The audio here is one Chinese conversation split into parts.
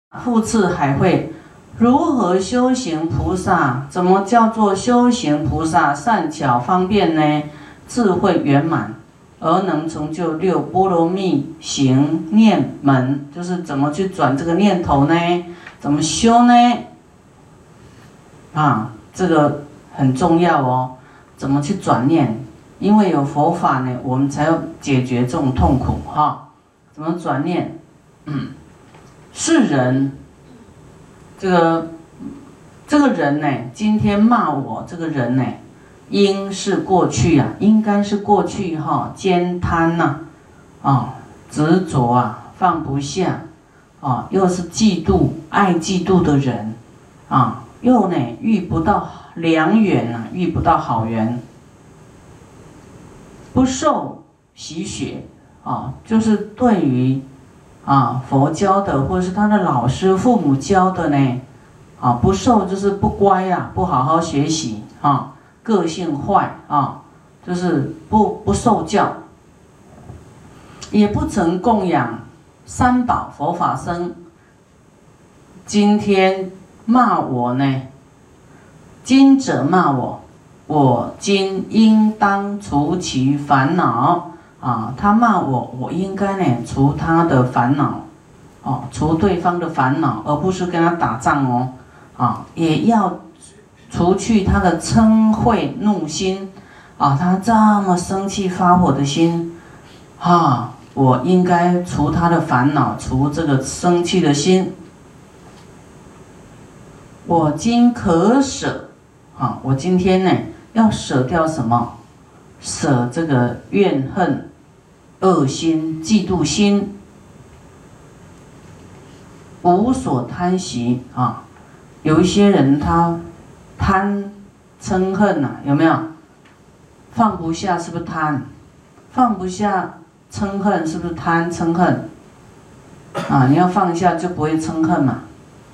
复次还会如何修行菩萨？怎么叫做修行菩萨善巧方便呢？智慧圆满，而能成就六波罗蜜行念门，就是怎么去转这个念头呢？怎么修呢？这个很重要哦。怎么去转念？因为有佛法呢，我们才要解决这种痛苦哈。怎么转念？是人，这个人呢，今天骂我这个人呢，应是过去啊，应该是过去哈，兼贪呐，执着啊，放不下又是嫉妒，爱嫉妒的人又呢遇不到良缘啊，遇不到好缘，不受习学就是对于佛教的或者是他的老师父母教的呢不受就是不乖不好好学习个性坏就是不受教，也不曾供养三宝佛法僧。今天骂我呢，今者骂我，我今应当除其烦恼他骂我，我应该呢除他的烦恼除对方的烦恼，而不是跟他打仗也要除去他的嗔恚怒心他这么生气发火的心我应该除他的烦恼，除这个生气的心。我今可舍我今天呢要舍掉什么？舍这个怨恨、恶心、嫉妒心，无所贪习有一些人他贪嗔恨有没有？放不下是不是贪？放不下嗔恨是不是贪嗔恨？你要放下就不会嗔恨嘛。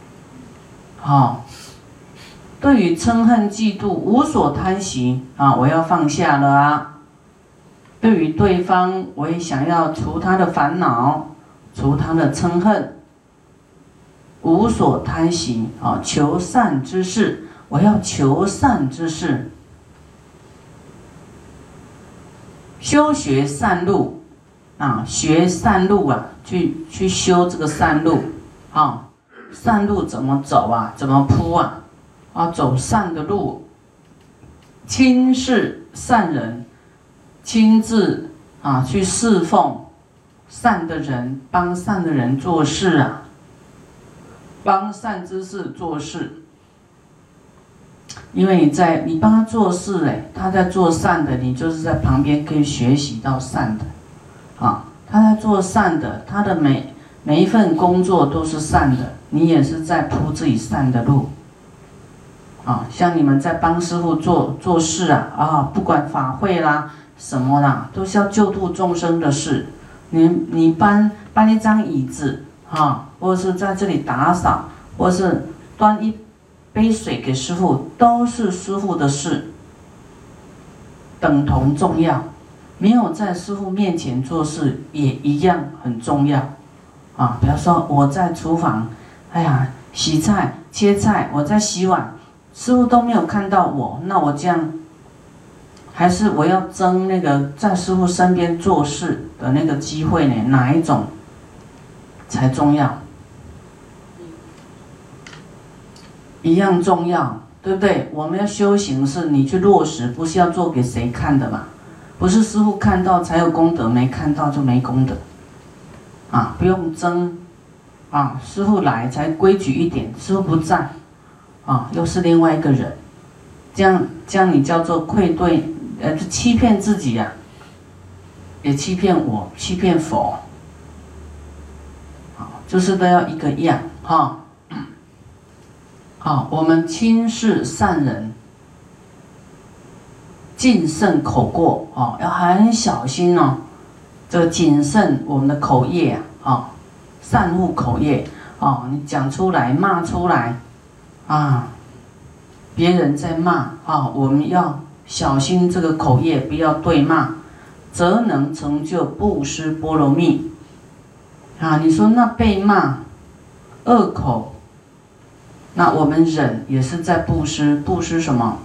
对于嗔恨嫉妒无所贪习我要放下了对于对方，我也想要除他的烦恼，除他的嗔恨，无所贪习求善之事，我要求善之事，修学善路学善路去修这个善路善路怎么走怎么铺走善的路，亲视善人，亲自去侍奉善的人，帮善的人做事帮善之事做事。因为你帮他做事他在做善的，你就是在旁边可以学习到善的他在做善的，他的每一份工作都是善的，你也是在铺自己善的路像你们在帮师父做事不管法会啦什么啦，都是要救度众生的事。你搬一张椅子或者是在这里打扫，或者是端一杯水给师父，都是师父的事，等同重要。没有在师父面前做事也一样很重要比方说我在厨房洗菜切菜，我在洗碗，师父都没有看到我，那我这样还是我要争那个在师父身边做事的那个机会呢？哪一种才重要？一样重要，对不对？我们要修行是你去落实，不是要做给谁看的嘛？不是师父看到才有功德，没看到就没功德不用争师父来才规矩一点，师父不在又是另外一个人，这样你叫做愧对就欺骗自己也欺骗我，欺骗佛就是都要一个样我们轻视善人，谨慎口过要很小心这个谨慎我们的口业善护口业你讲出来骂出来别人在骂我们要小心这个口业，不要对骂，则能成就布施波罗蜜你说那被骂恶口。那我们忍也是在布施，布施什么？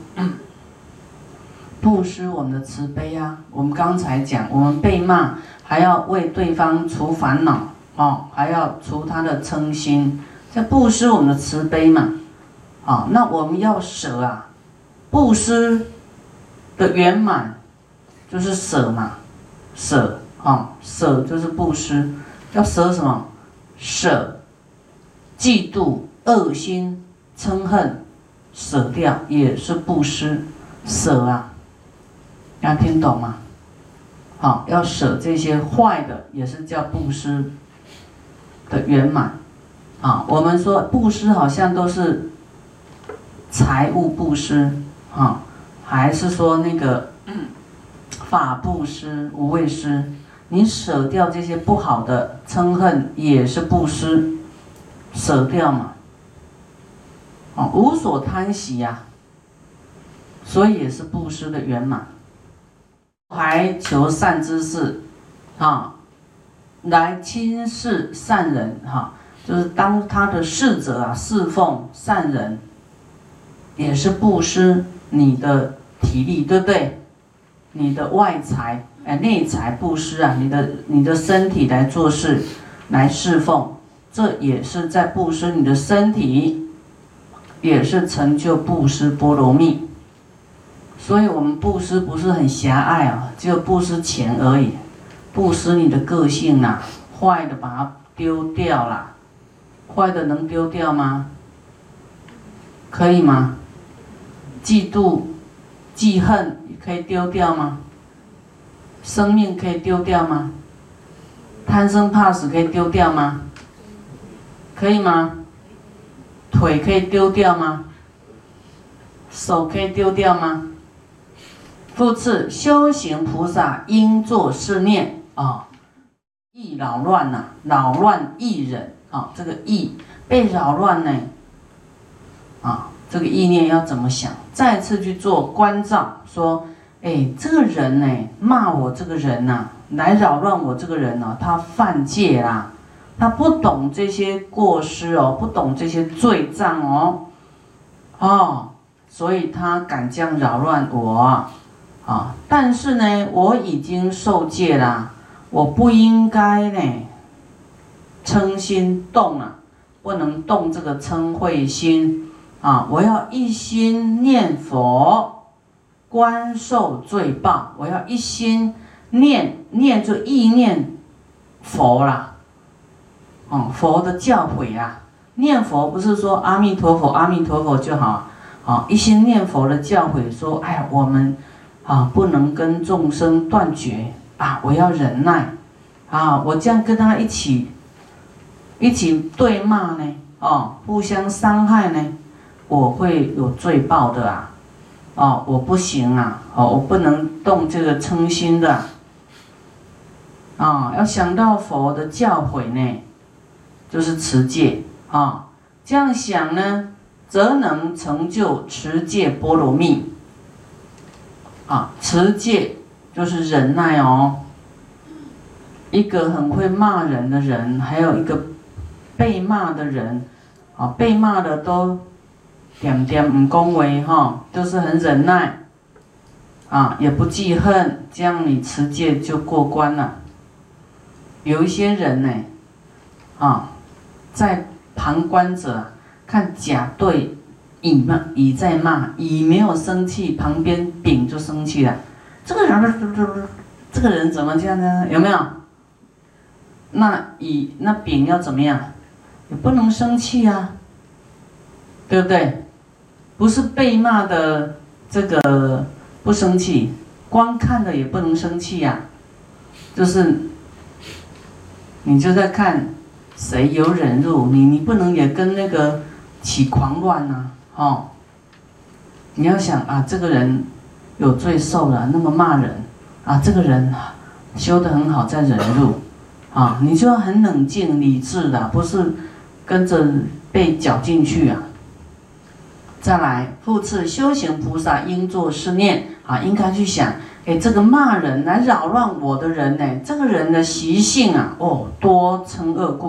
布施我们的慈悲啊！我们刚才讲，我们被骂还要为对方除烦恼哦，还要除他的嗔心，在布施我们的慈悲嘛。啊，那我们要舍啊，布施的圆满就是舍嘛，舍啊，舍就是布施，要舍什么？舍嫉妒、恶心、嗔恨，舍掉也是布施，舍啊。大家听懂吗？好，要舍这些坏的，也是叫布施的圆满。啊，我们说布施好像都是财物布施啊，还是说那个法布施、无畏施？你舍掉这些不好的嗔恨，也是布施，舍掉嘛。啊，无所贪喜呀，所以也是布施的圆满。还求善知识，啊，来亲视善人哈，就是当他的侍者啊，侍奉善人，也是布施你的体力，对不对？你的外财，内财布施啊，你的身体来做事，来侍奉，这也是在布施你的身体，也是成就布施波罗蜜。所以我们布施不是很狭隘啊，只有布施钱而已，布施你的个性啦，坏的把它丢掉啦，坏的能丢掉吗？可以吗？嫉妒、记恨可以丢掉吗？生命可以丢掉吗？贪生怕死可以丢掉吗？可以吗？腿可以丢掉吗？手可以丢掉吗？复次，修行菩萨应作是念啊，易扰乱呐，扰乱易忍啊，这个易被扰乱呢，啊，这个意念要怎么想？再次去做关照，说，哎，这个人呢，骂我这个人呐，来扰乱我这个人呢，他犯戒啦，他不懂这些过失哦，不懂这些罪障哦，哦，所以他敢这样扰乱我。啊，但是呢，我已经受戒啦，我不应该呢嗔心动啊，不能动这个嗔恚心啊，我要一心念佛，观受罪报，我要一心念就意念佛啦，佛的教诲啊，念佛不是说阿弥陀佛阿弥陀佛就好啊，一心念佛的教诲说，哎呀，我们啊，不能跟众生断绝啊！我要忍耐啊！我这样跟他一起对骂呢，哦，互相伤害呢，我会有罪报的啊！哦，我不行啊！哦，我不能动这个嗔心的啊！要想到佛的教诲呢，就是持戒啊！这样想呢，则能成就持戒波罗蜜。啊，持戒就是忍耐哦。一个很会骂人的人，还有一个被骂的人，啊，被骂的都点不恭维哈，都是很忍耐，啊，也不记恨，这样你持戒就过关了。有一些人呢，啊，在旁观者看甲对乙在骂，乙没有生气，旁边丙就生气了。这个人怎么这样呢？有没有？那丙要怎么样？也不能生气啊，对不对？不是被骂的这个不生气，光看的也不能生气呀，就是你就在看谁有忍辱，你不能也跟那个起狂乱啊。哦，你要想啊，这个人有罪受了，那么骂人啊，这个人修得很好，在忍辱啊，你就要很冷静理智的，不是跟着被搅进去啊。再来，复次，修行菩萨应作是念啊，应该去想，哎，这个骂人来扰乱我的人呢，这个人的习性啊，哦，多嗔恶故，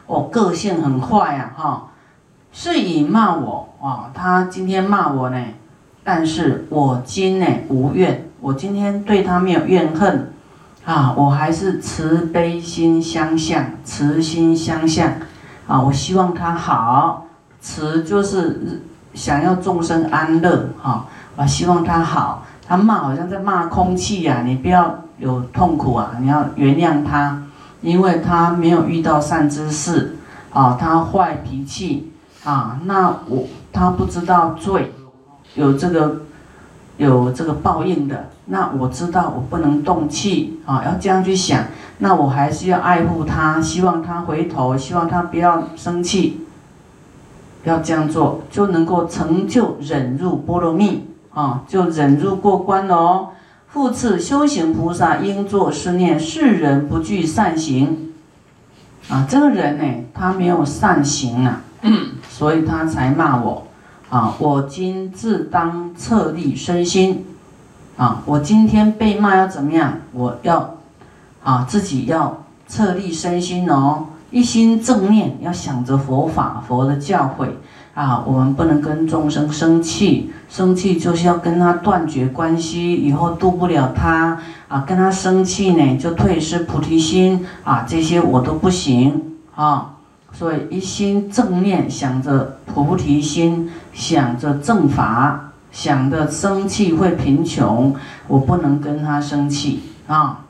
哦，个性很坏啊，哈，是以骂我啊，他今天骂我呢，但是我今呢无怨，我今天对他没有怨恨啊，我还是慈悲心相向，慈心相向啊，我希望他好，慈就是想要众生安乐哈，我希望他好，他骂好像在骂空气呀，你不要有痛苦啊，你要原谅他，因为他没有遇到善知识啊，他坏脾气啊，那他不知道罪，有这个报应的，那我知道我不能动气啊，要这样去想，那我还是要爱护他，希望他回头，希望他不要生气，要这样做，就能够成就忍辱波罗蜜啊，就忍辱过关了哦。复次，修行菩萨应作是念：世人不具善行啊，这个人呢，他没有善行啊，所以他才骂我啊。我今自当策立身心啊，我今天被骂要怎么样？我要自己要策立身心哦，一心正念，要想着佛法、佛的教诲啊。我们不能跟众生生气，生气就是要跟他断绝关系，以后度不了他啊。跟他生气呢，就退失菩提心啊，这些我都不行啊。所以一心正念，想着菩提心，想着正法，想着生气会贫穷，我不能跟他生气啊。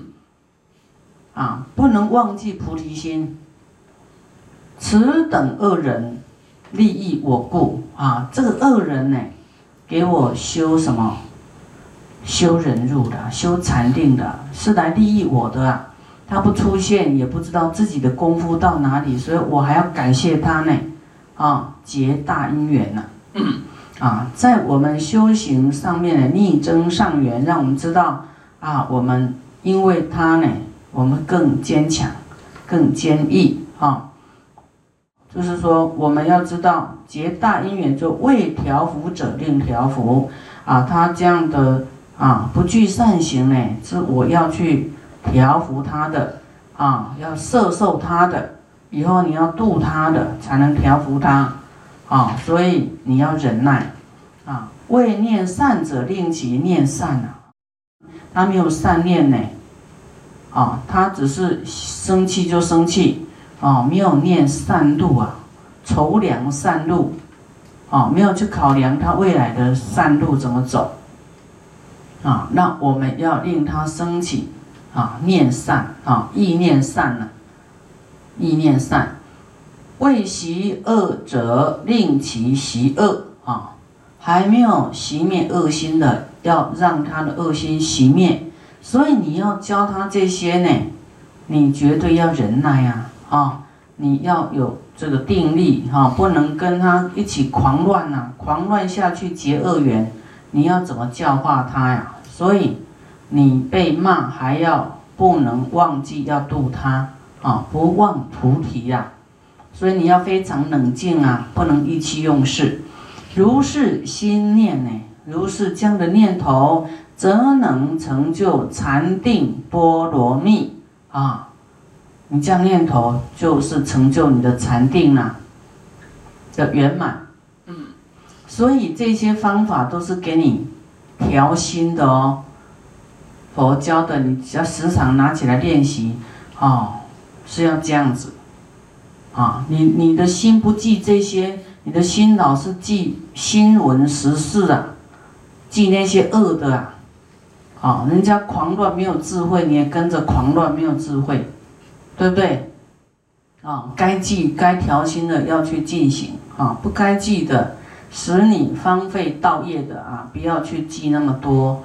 不能忘记菩提心。此等恶人，利益我故啊！这个恶人呢，给我修什么？修忍辱的，修禅定的，是来利益我的啊！他不出现，也不知道自己的功夫到哪里，所以我还要感谢他呢，结大因缘呐，在我们修行上面的逆增上缘，让我们知道啊，我们因为他呢，我们更坚强，更坚毅啊。就是说，我们要知道结大因缘，就为调伏者令调伏啊。他这样的不具善行呢，是我要去调伏他的要摄受他的，以后你要度他的，才能调伏他所以你要忍耐为念善者令其念善他没有善念呢他只是生气就生气没有念善路筹量善路没有去考量他未来的善路怎么走那我们要令他升起念善意念善意念善，未习恶者令其习恶还没有熄灭恶心的，要让他的恶心熄灭。所以你要教他这些呢，你绝对要忍耐你要有这个定力不能跟他一起狂乱狂乱下去结恶缘，你要怎么教化他呀？所以你被骂还要不能忘记要度他不忘菩提所以你要非常冷静不能意气用事。如是心念呢，如是这样的念头，则能成就禅定波罗蜜你这样念头就是成就你的禅定的圆满。所以这些方法都是给你调心的哦。佛教的你只要时常拿起来练习是要这样子你的心不记这些，你的心老是记新闻时事记那些恶的人家狂乱没有智慧，你也跟着狂乱没有智慧，对不对？该记该调心的要去进行不该记的使你荒废道业的不要去记那么多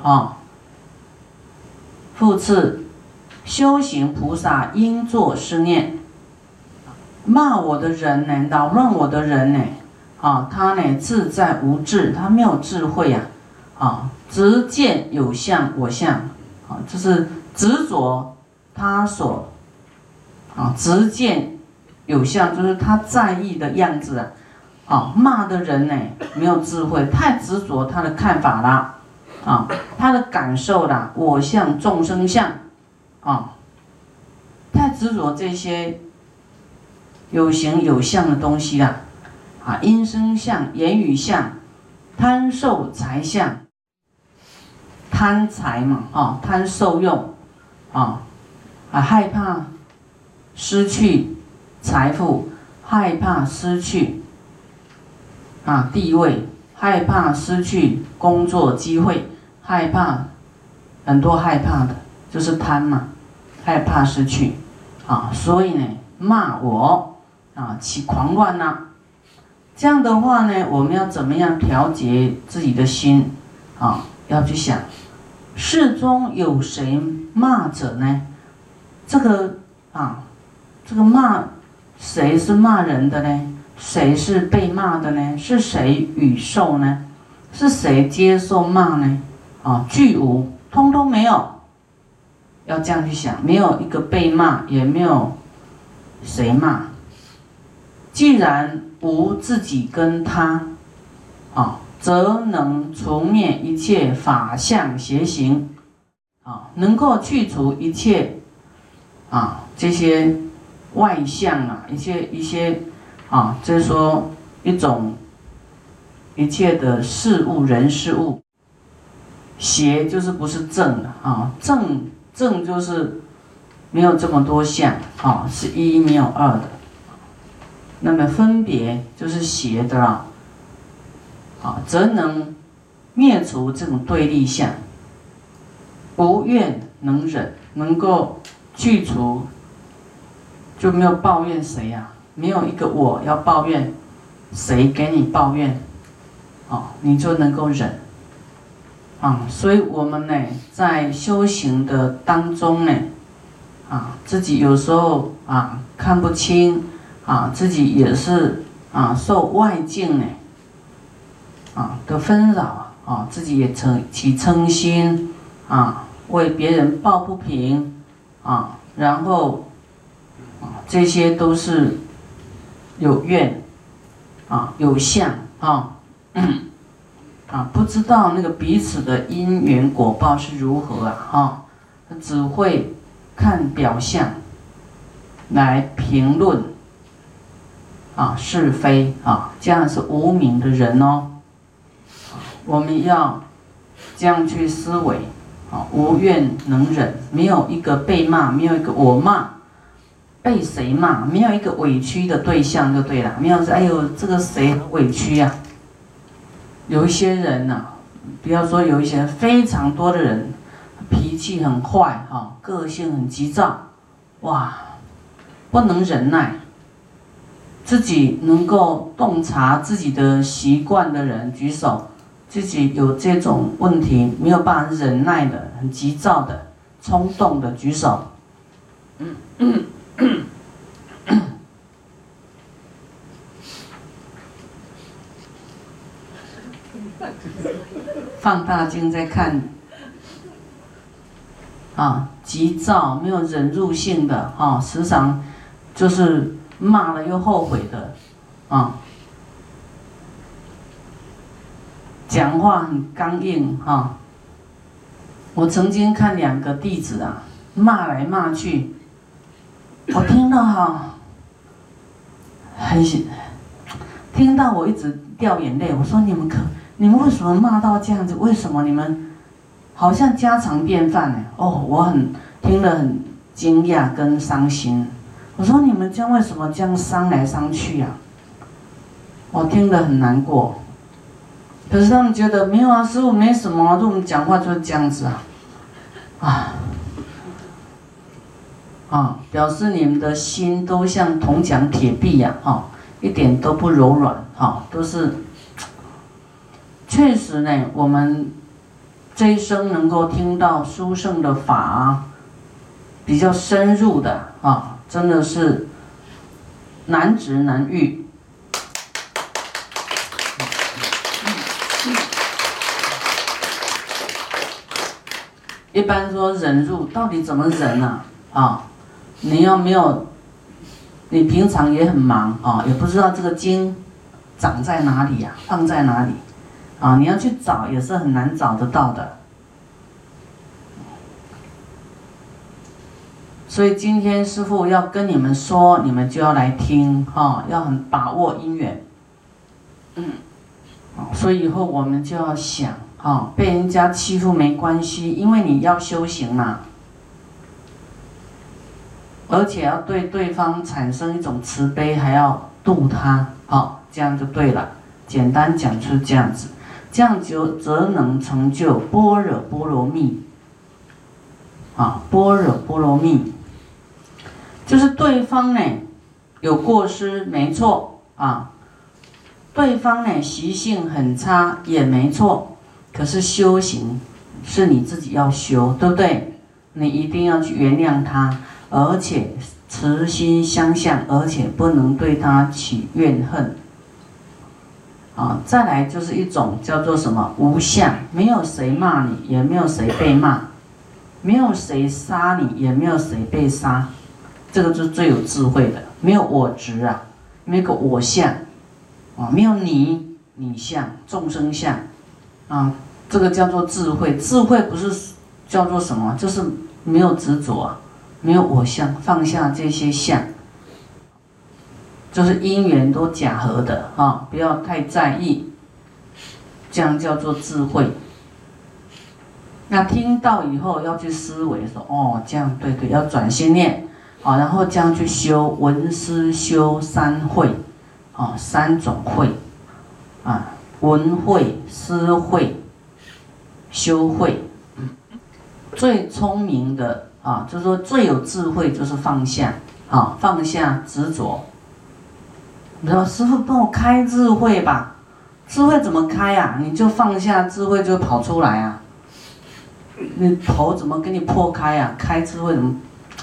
复次，修行菩萨应作是念：骂我的人呢，扰乱我的人呢他呢自在无智，他没有智慧执见有相我相就是执着他所执见有相，就是他在意的样子骂的人呢没有智慧，太执着他的看法啦他的感受啦，我相众生相太执着这些有形有相的东西啦，啊，音声相、言语相、贪受财相，贪财嘛，啊，贪受用，啊，害怕失去财富，害怕失去地位，害怕失去工作机会，害怕很多害怕的，就是贪嘛，害怕失去所以呢，骂我起狂乱这样的话呢，我们要怎么样调节自己的心要去想，世中有谁骂者呢？这个骂谁是骂人的呢？谁是被骂的呢？是谁与受呢？是谁接受骂呢？俱无，通通没有。要这样去想，没有一个被骂，也没有谁骂。既然无自己跟他，则能除灭一切法相邪行，能够去除一切这些外相一些就是说一切的事物人事物，邪就是不是正的正就是没有这么多相是一没有二的。那么分别就是邪的则能灭除这种对立相。不怨能忍，能够去除，就没有抱怨谁没有一个我要抱怨谁给你抱怨你就能够忍所以我们呢在修行的当中呢自己有时候看不清自己也是受外境呢的纷扰自己也起嗔心为别人抱不平然后这些都是有怨有相不知道那个彼此的因缘果报是如何只会看表象来评论是非这样是无明的人我们要这样去思维无怨能忍，没有一个被骂，没有一个我骂，被谁骂，没有一个委屈的对象就对了，没有说哎呦这个谁很委屈有一些人不要说有一些人，非常多的人脾气很坏个性很急躁，哇，不能忍耐，自己能够洞察自己的习惯的人举手。自己有这种问题没有办法忍耐的，很急躁的、冲动的举手。放大镜在看急躁没有忍入性的时常就是骂了又后悔的讲话很刚硬我曾经看2个弟子骂来骂去，我听到听到我一直掉眼泪。我说你们为什么骂到这样子？为什么你们好像家常便饭呢？我听了很惊讶跟伤心。我说你们这样为什么这样伤来伤去我听得很难过。可是他们觉得没有师父没什么我们讲话就是这样子表示你们的心都像铜墙铁壁一点都不柔软都是确实呢，我们这一生能够听到殊胜的法比较深入的真的是难值难遇。一般说忍辱到底怎么忍你要没有，你平常也很忙也不知道这个经长在哪里放在哪里你要去找也是很难找得到的。 所以今天师父要跟你们说，你们就要来听哈，要很把握因缘。所以以后我们就要想啊，被人家欺负没关系，因为你要修行嘛，而且要对对方产生一种慈悲，还要度他，好，这样就对了。简单讲出这样子，这样就则能成就般若波罗蜜。啊，般若波罗蜜，就是对方呢有过失，没错啊。对方呢习性很差也没错，可是修行是你自己要修，对不对？你一定要去原谅他，而且慈心相向，而且不能对他起怨恨。啊，再来就是一种叫做什么无相，没有谁骂你，也没有谁被骂，没有谁杀你，也没有谁被杀，这个是最有智慧的，没有我执啊，没有个我相。啊，没有你相、众生相，啊，这个叫做智慧。智慧不是叫做什么，就是没有执着啊，没有我相，放下这些相，就是因缘都假合的啊，不要太在意，这样叫做智慧。那听到以后要去思维说，哦，这样对对，要转心念，啊，然后这样去修闻思修三慧。啊，三种慧，啊，闻慧、思慧、修慧。最聪明的啊，就是说最有智慧，就是放下，啊，放下执着。你说师父帮我开智慧吧，智慧怎么开啊？你就放下智慧就跑出来啊。你头怎么给你破开啊？开智慧怎么？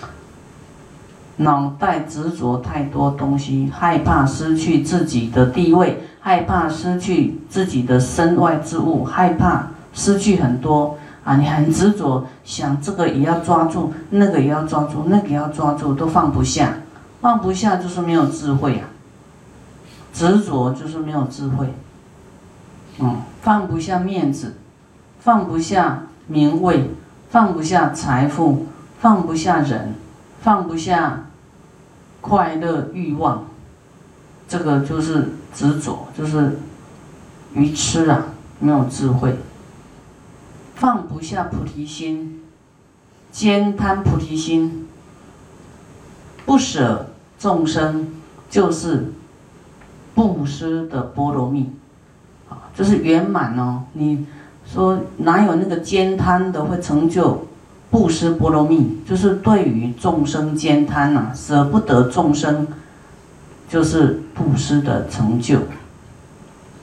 脑袋执着太多东西，害怕失去自己的地位，害怕失去自己的身外之物，害怕失去很多啊！你很执着，想这个也要抓住，那个也要抓住，那个也要抓住，都放不下，放不下就是没有智慧啊！执着就是没有智慧，放不下面子，放不下名位，放不下财富，放不下人。放不下快乐欲望，这个就是执着，就是愚痴啊，没有智慧。放不下菩提心，兼贪菩提心，不舍众生，就是布施的波罗蜜，啊，就是圆满哦。你说哪有那个兼贪的会成就？布施波罗蜜就是对于众生兼贪呐，舍不得众生，就是布施的成就。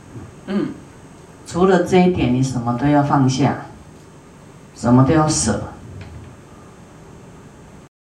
除了这一点，你什么都要放下，什么都要舍。